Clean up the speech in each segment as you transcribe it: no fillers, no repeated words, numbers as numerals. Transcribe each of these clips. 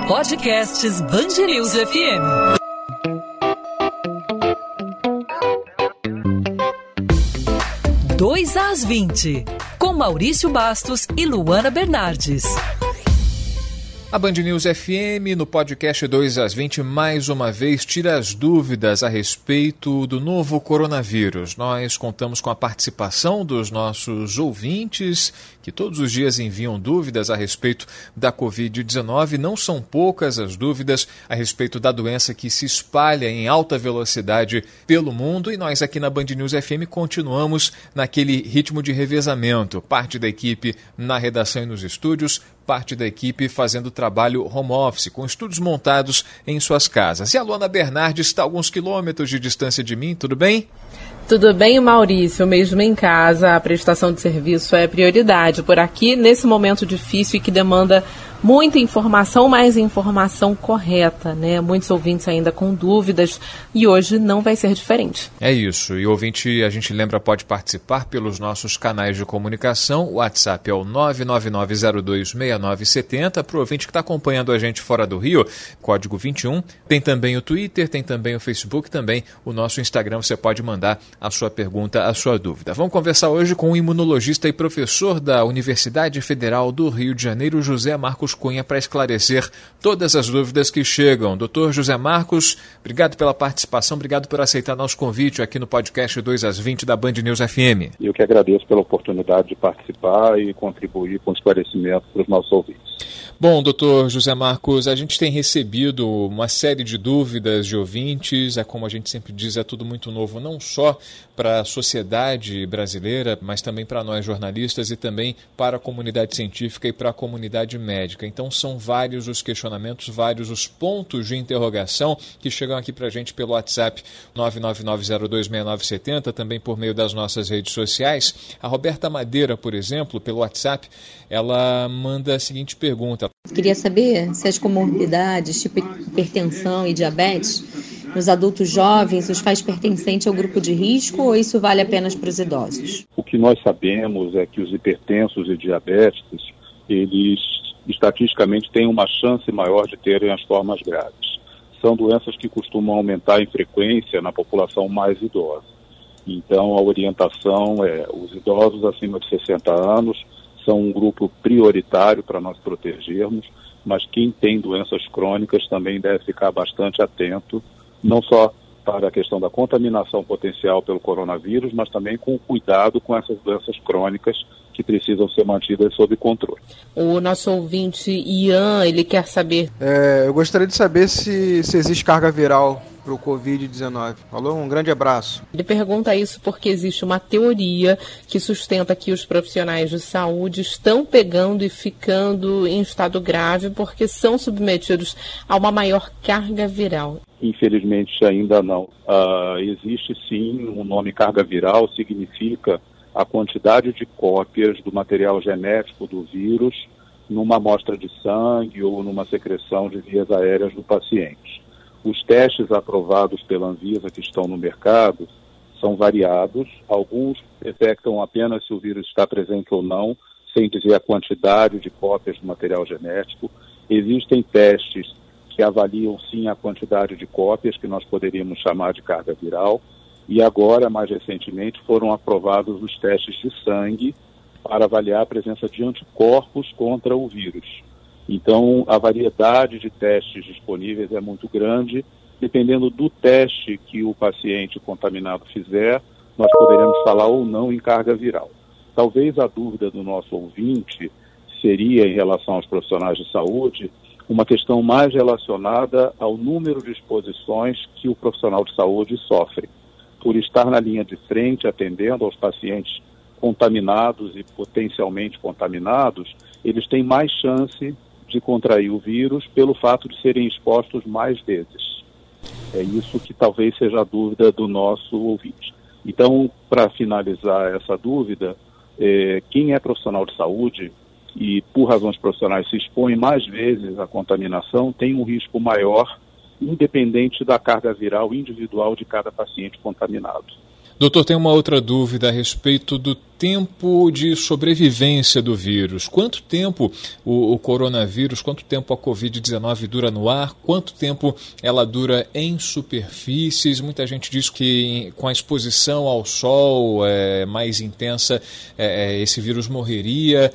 Podcasts BandNews FM. Dois às 20, com Maurício Bastos e Luana Bernardes. A Band News FM, no podcast 2 às 20, mais uma vez, tira as dúvidas a respeito do novo coronavírus. Nós contamos com a participação dos nossos ouvintes, que todos os dias enviam dúvidas a respeito da Covid-19. Não são poucas as dúvidas a respeito da doença que se espalha em alta velocidade pelo mundo. E nós aqui na Band News FM continuamos naquele ritmo de revezamento. Parte da equipe na redação e nos estúdios, parte da equipe fazendo trabalho home office, com estúdios montados em suas casas. E a Luana Bernardes está a alguns quilômetros de distância de mim, tudo bem? Tudo bem, Maurício. Mesmo em casa, a prestação de serviço é prioridade. Por aqui, nesse momento difícil e que demanda muita informação, mas informação correta, né? Muitos ouvintes ainda com dúvidas e hoje não vai ser diferente. É isso. E o ouvinte, a gente lembra, pode participar pelos nossos canais de comunicação. O WhatsApp é o 999026970. Para o ouvinte que está acompanhando a gente fora do Rio, código 21. Tem também o Twitter, tem também o Facebook, também o nosso Instagram. Você pode mandar a sua pergunta, a sua dúvida. Vamos conversar hoje com o imunologista e professor da Universidade Federal do Rio de Janeiro, José Marcos Cunha, para esclarecer todas as dúvidas que chegam. Doutor José Marcos, obrigado pela participação, obrigado por aceitar nosso convite aqui no podcast 2 às 20 da Band News FM. Eu que agradeço pela oportunidade de participar e contribuir com esclarecimento para os nossos ouvintes. Bom, doutor José Marcos, a gente tem recebido uma série de dúvidas de ouvintes, como a gente sempre diz, é tudo muito novo, não só para a sociedade brasileira, mas também para nós jornalistas e também para a comunidade científica e para a comunidade médica. Então são vários os questionamentos, vários os pontos de interrogação que chegam aqui para a gente pelo WhatsApp 999026970, também por meio das nossas redes sociais. A Roberta Madeira, por exemplo, pelo WhatsApp, ela manda a seguinte pergunta. Queria saber se as comorbidades, tipo hipertensão e diabetes, nos adultos jovens, os faz pertencentes ao grupo de risco ou isso vale apenas para os idosos? O que nós sabemos é que os hipertensos e diabéticos, eles estatisticamente têm uma chance maior de terem as formas graves. São doenças que costumam aumentar em frequência na população mais idosa. Então a orientação é os idosos acima de 60 anos, são um grupo prioritário para nós protegermos, mas quem tem doenças crônicas também deve ficar bastante atento, não só para a questão da contaminação potencial pelo coronavírus, mas também com o cuidado com essas doenças crônicas que precisam ser mantidas sob controle. O nosso ouvinte Ian, ele quer saber... Eu gostaria de saber se existe carga viral para o Covid-19. Falou? Um grande abraço. Ele pergunta isso porque existe uma teoria que sustenta que os profissionais de saúde estão pegando e ficando em estado grave porque são submetidos a uma maior carga viral. Infelizmente ainda não. Existe sim, o nome carga viral significa a quantidade de cópias do material genético do vírus numa amostra de sangue ou numa secreção de vias aéreas do paciente. Os testes aprovados pela Anvisa que estão no mercado são variados. Alguns detectam apenas se o vírus está presente ou não, sem dizer a quantidade de cópias do material genético. Existem testes que avaliam sim a quantidade de cópias, que nós poderíamos chamar de carga viral. E agora, mais recentemente, foram aprovados os testes de sangue para avaliar a presença de anticorpos contra o vírus. Então, a variedade de testes disponíveis é muito grande. Dependendo do teste que o paciente contaminado fizer, nós poderemos falar ou não em carga viral. Talvez a dúvida do nosso ouvinte seria, em relação aos profissionais de saúde, uma questão mais relacionada ao número de exposições que o profissional de saúde sofre. Por estar na linha de frente, atendendo aos pacientes contaminados e potencialmente contaminados, eles têm mais chance de contrair o vírus pelo fato de serem expostos mais vezes. É isso que talvez seja a dúvida do nosso ouvinte. Então, para finalizar essa dúvida, quem é profissional de saúde e por razões profissionais se expõe mais vezes à contaminação tem um risco maior, independente da carga viral individual de cada paciente contaminado. Doutor, tem uma outra dúvida a respeito do tempo de sobrevivência do vírus. Quanto tempo o coronavírus, quanto tempo a Covid-19 dura no ar, quanto tempo ela dura em superfícies? Muita gente diz que com a exposição ao sol mais intensa, esse vírus morreria.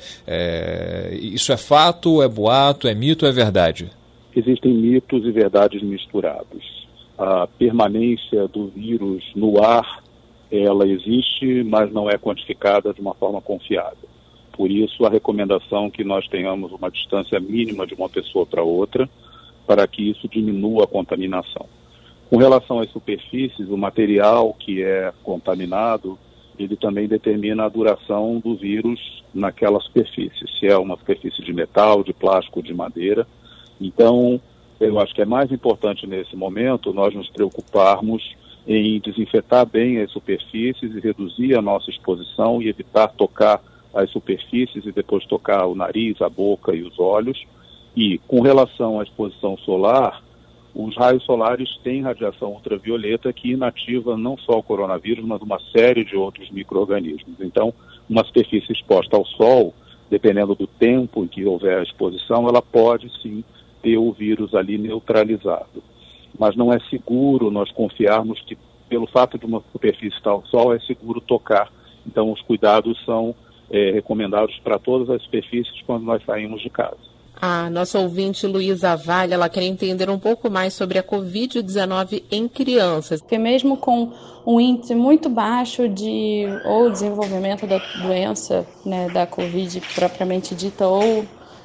Isso é fato, é boato, é mito, é verdade? Existem mitos e verdades misturados. A permanência do vírus no ar, ela existe, mas não é quantificada de uma forma confiável. Por isso, a recomendação que nós tenhamos uma distância mínima de uma pessoa para outra, para que isso diminua a contaminação. Com relação às superfícies, o material que é contaminado, ele também determina a duração do vírus naquela superfície, se é uma superfície de metal, de plástico, de madeira. Então, eu acho que é mais importante nesse momento nós nos preocuparmos em desinfetar bem as superfícies e reduzir a nossa exposição e evitar tocar as superfícies e depois tocar o nariz, a boca e os olhos. E com relação à exposição solar, os raios solares têm radiação ultravioleta que inativa não só o coronavírus, mas uma série de outros micro-organismos. Então, uma superfície exposta ao sol, dependendo do tempo em que houver a exposição, ela pode sim ter o vírus ali neutralizado. Mas não é seguro nós confiarmos que, pelo fato de uma superfície estar ao sol, é seguro tocar. Então, os cuidados são recomendados para todas as superfícies quando nós saímos de casa. A nossa ouvinte Luísa Vale, ela quer entender um pouco mais sobre a Covid-19 em crianças. Porque mesmo com um índice muito baixo de ou desenvolvimento da doença, né, da Covid propriamente dita, ou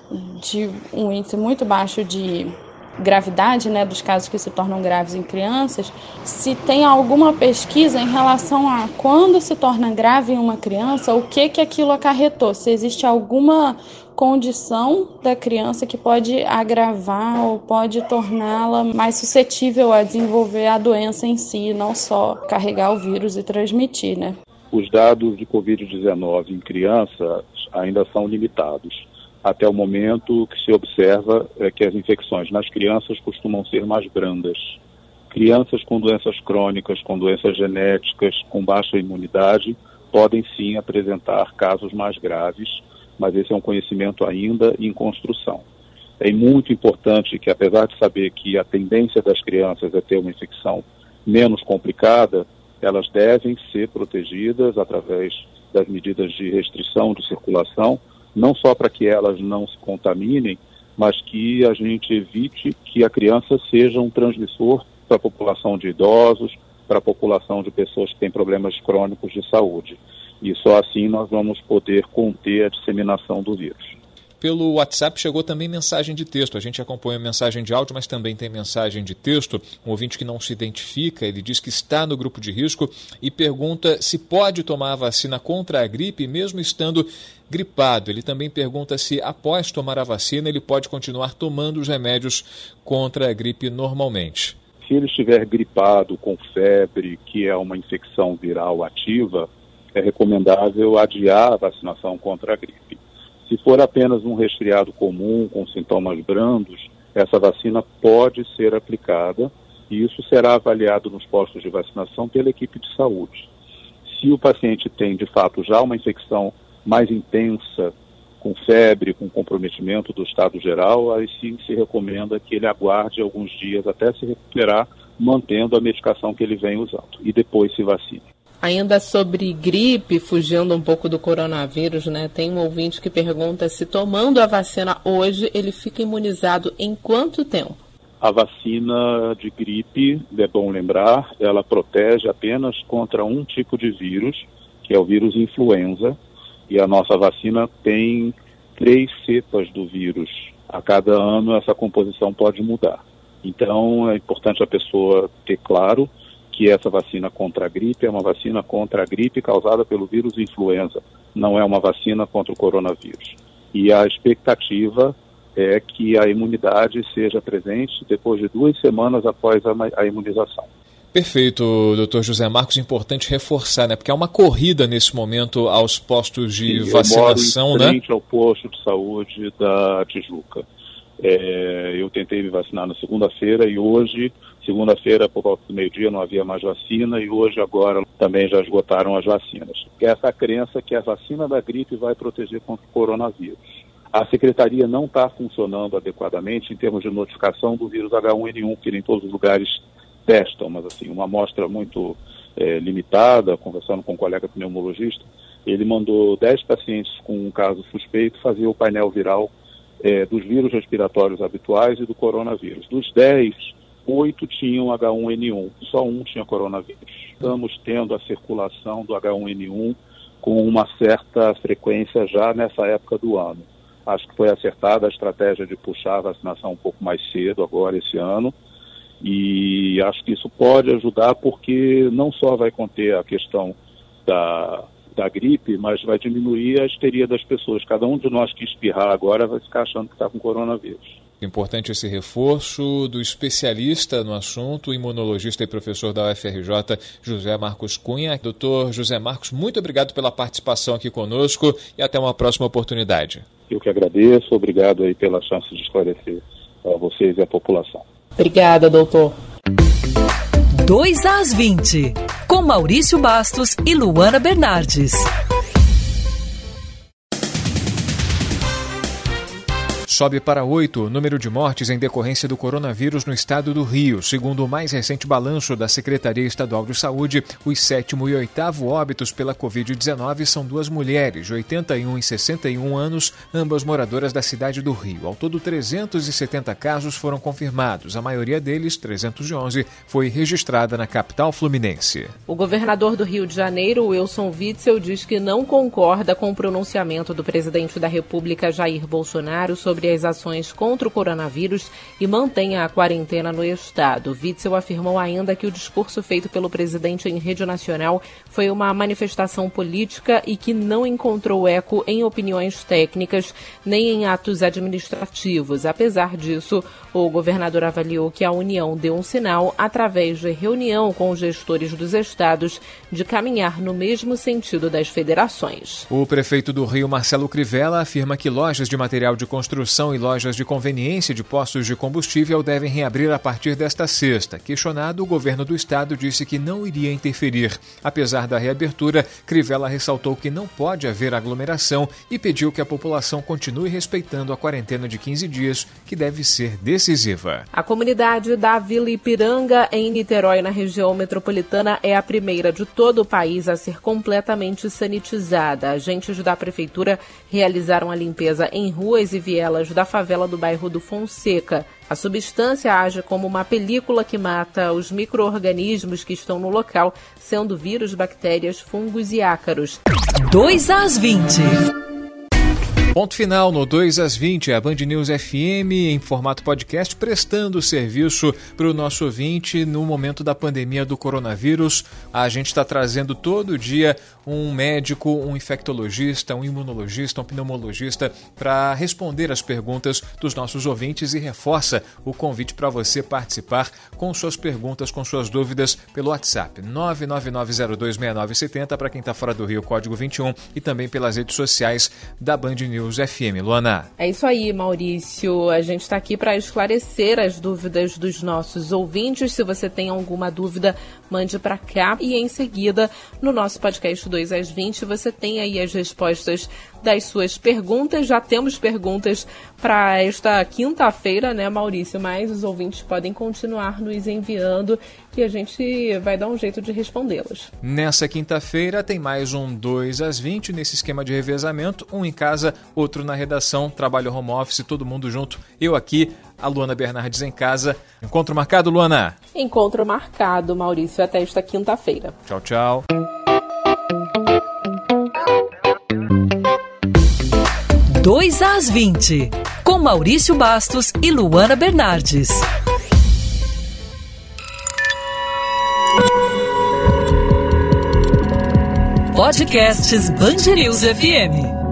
de um índice muito baixo de gravidade, né, dos casos que se tornam graves em crianças, se tem alguma pesquisa em relação a quando se torna grave em uma criança, o que aquilo acarretou, se existe alguma condição da criança que pode agravar ou pode torná-la mais suscetível a desenvolver a doença em si, não só carregar o vírus e transmitir, né? Os dados de Covid-19 em crianças ainda são limitados. Até o momento, o que se observa é que as infecções nas crianças costumam ser mais brandas. Crianças com doenças crônicas, com doenças genéticas, com baixa imunidade, podem sim apresentar casos mais graves, mas esse é um conhecimento ainda em construção. É muito importante que, apesar de saber que a tendência das crianças é ter uma infecção menos complicada, elas devem ser protegidas através das medidas de restrição de circulação, não só para que elas não se contaminem, mas que a gente evite que a criança seja um transmissor para a população de idosos, para a população de pessoas que têm problemas crônicos de saúde. E só assim nós vamos poder conter a disseminação do vírus. Pelo WhatsApp chegou também mensagem de texto. A gente acompanha mensagem de áudio, mas também tem mensagem de texto. Um ouvinte que não se identifica, ele diz que está no grupo de risco e pergunta se pode tomar a vacina contra a gripe mesmo estando gripado. Ele também pergunta se após tomar a vacina ele pode continuar tomando os remédios contra a gripe normalmente. Se ele estiver gripado, com febre, que é uma infecção viral ativa, é recomendável adiar a vacinação contra a gripe. Se for apenas um resfriado comum, com sintomas brandos, essa vacina pode ser aplicada e isso será avaliado nos postos de vacinação pela equipe de saúde. Se o paciente tem, de fato, já uma infecção mais intensa, com febre, com comprometimento do estado geral, aí sim se recomenda que ele aguarde alguns dias até se recuperar, mantendo a medicação que ele vem usando, e depois se vacine. Ainda sobre gripe, fugindo um pouco do coronavírus, né? Tem um ouvinte que pergunta se tomando a vacina hoje, ele fica imunizado em quanto tempo? A vacina de gripe, é bom lembrar, ela protege apenas contra um tipo de vírus, que é o vírus influenza, e a nossa vacina tem 3 cepas do vírus. A cada ano essa composição pode mudar. Então é importante a pessoa ter claro que essa vacina contra a gripe é uma vacina contra a gripe causada pelo vírus influenza, não é uma vacina contra o coronavírus. E a expectativa é que a imunidade seja presente depois de 2 semanas após a imunização. Perfeito, doutor José Marcos. Importante reforçar, né? Porque há uma corrida nesse momento aos postos de vacinação, eu moro em frente ao posto de saúde da Tijuca. Eu tentei me vacinar na segunda-feira e hoje Segunda-feira, por volta do meio-dia, não havia mais vacina e hoje, agora, também já esgotaram as vacinas. Essa crença que a vacina da gripe vai proteger contra o coronavírus. A Secretaria não está funcionando adequadamente em termos de notificação do vírus H1N1, que em todos os lugares testam, mas assim, uma amostra muito limitada. Conversando com um colega pneumologista, ele mandou 10 pacientes com um caso suspeito fazer o painel viral dos vírus respiratórios habituais e do coronavírus. Dos 10, 8 tinham H1N1, só um tinha coronavírus. Estamos tendo a circulação do H1N1 com uma certa frequência já nessa época do ano. Acho que foi acertada a estratégia de puxar a vacinação um pouco mais cedo agora esse ano, e acho que isso pode ajudar porque não só vai conter a questão da gripe, mas vai diminuir a histeria das pessoas. Cada um de nós que espirrar agora vai ficar achando que está com coronavírus. Importante esse reforço do especialista no assunto, imunologista e professor da UFRJ, José Marcos Cunha. Doutor José Marcos, muito obrigado pela participação aqui conosco e até uma próxima oportunidade. Eu que agradeço, obrigado aí pela chance de esclarecer a vocês e a população. Obrigada, doutor. 2 às 20, com Maurício Bastos e Luana Bernardes. Sobe para 8 o número de mortes em decorrência do coronavírus no estado do Rio. Segundo o mais recente balanço da Secretaria Estadual de Saúde, os 7º e 8º óbitos pela Covid-19 são 2 mulheres, de 81 e 61 anos, ambas moradoras da cidade do Rio. Ao todo, 370 casos foram confirmados. A maioria deles, 311, foi registrada na capital fluminense. O governador do Rio de Janeiro, Wilson Witzel, diz que não concorda com o pronunciamento do presidente da República, Jair Bolsonaro, sobre as ações contra o coronavírus e mantém a quarentena no estado. Witzel afirmou ainda que o discurso feito pelo presidente em rede nacional foi uma manifestação política e que não encontrou eco em opiniões técnicas nem em atos administrativos. Apesar disso, o governador avaliou que a União deu um sinal, através de reunião com os gestores dos estados, de caminhar no mesmo sentido das federações. O prefeito do Rio, Marcelo Crivella, afirma que lojas de material de construção e lojas de conveniência de postos de combustível devem reabrir a partir desta sexta. Questionado, o governo do estado disse que não iria interferir. Apesar da reabertura, Crivella ressaltou que não pode haver aglomeração e pediu que a população continue respeitando a quarentena de 15 dias, que deve ser decisiva. A comunidade da Vila Ipiranga, em Niterói, na região metropolitana, é a primeira de todo o país a ser completamente sanitizada. Agentes da prefeitura realizaram a limpeza em ruas e vielas da favela do bairro do Fonseca. A substância age como uma película que mata os micro-organismos que estão no local, sendo vírus, bactérias, fungos e ácaros. 2 às 20. Ponto final no 2 às 20, a Band News FM em formato podcast, prestando serviço para o nosso ouvinte no momento da pandemia do coronavírus. A gente está trazendo todo dia um médico, um infectologista, um imunologista, um pneumologista para responder as perguntas dos nossos ouvintes e reforça o convite para você participar com suas perguntas, com suas dúvidas pelo WhatsApp 999026970 para quem está fora do Rio, código 21, e também pelas redes sociais da Band News FM. Luana. É isso aí, Maurício. A gente está aqui para esclarecer as dúvidas dos nossos ouvintes. Se você tem alguma dúvida, mande para cá. E em seguida, no nosso podcast 2 às 20, você tem aí as respostas das suas perguntas. Já temos perguntas para esta quinta-feira, né, Maurício? Mas os ouvintes podem continuar nos enviando e a gente vai dar um jeito de respondê-las. Nessa quinta-feira tem mais um 2 às 20 nesse esquema de revezamento, um em casa, outro na redação, trabalho home office, todo mundo junto. Eu aqui, a Luana Bernardes em casa. Encontro marcado, Luana? Encontro marcado, Maurício, até esta quinta-feira. Tchau, tchau. Dois às 20, com Maurício Bastos e Luana Bernardes. Podcasts Band News FM.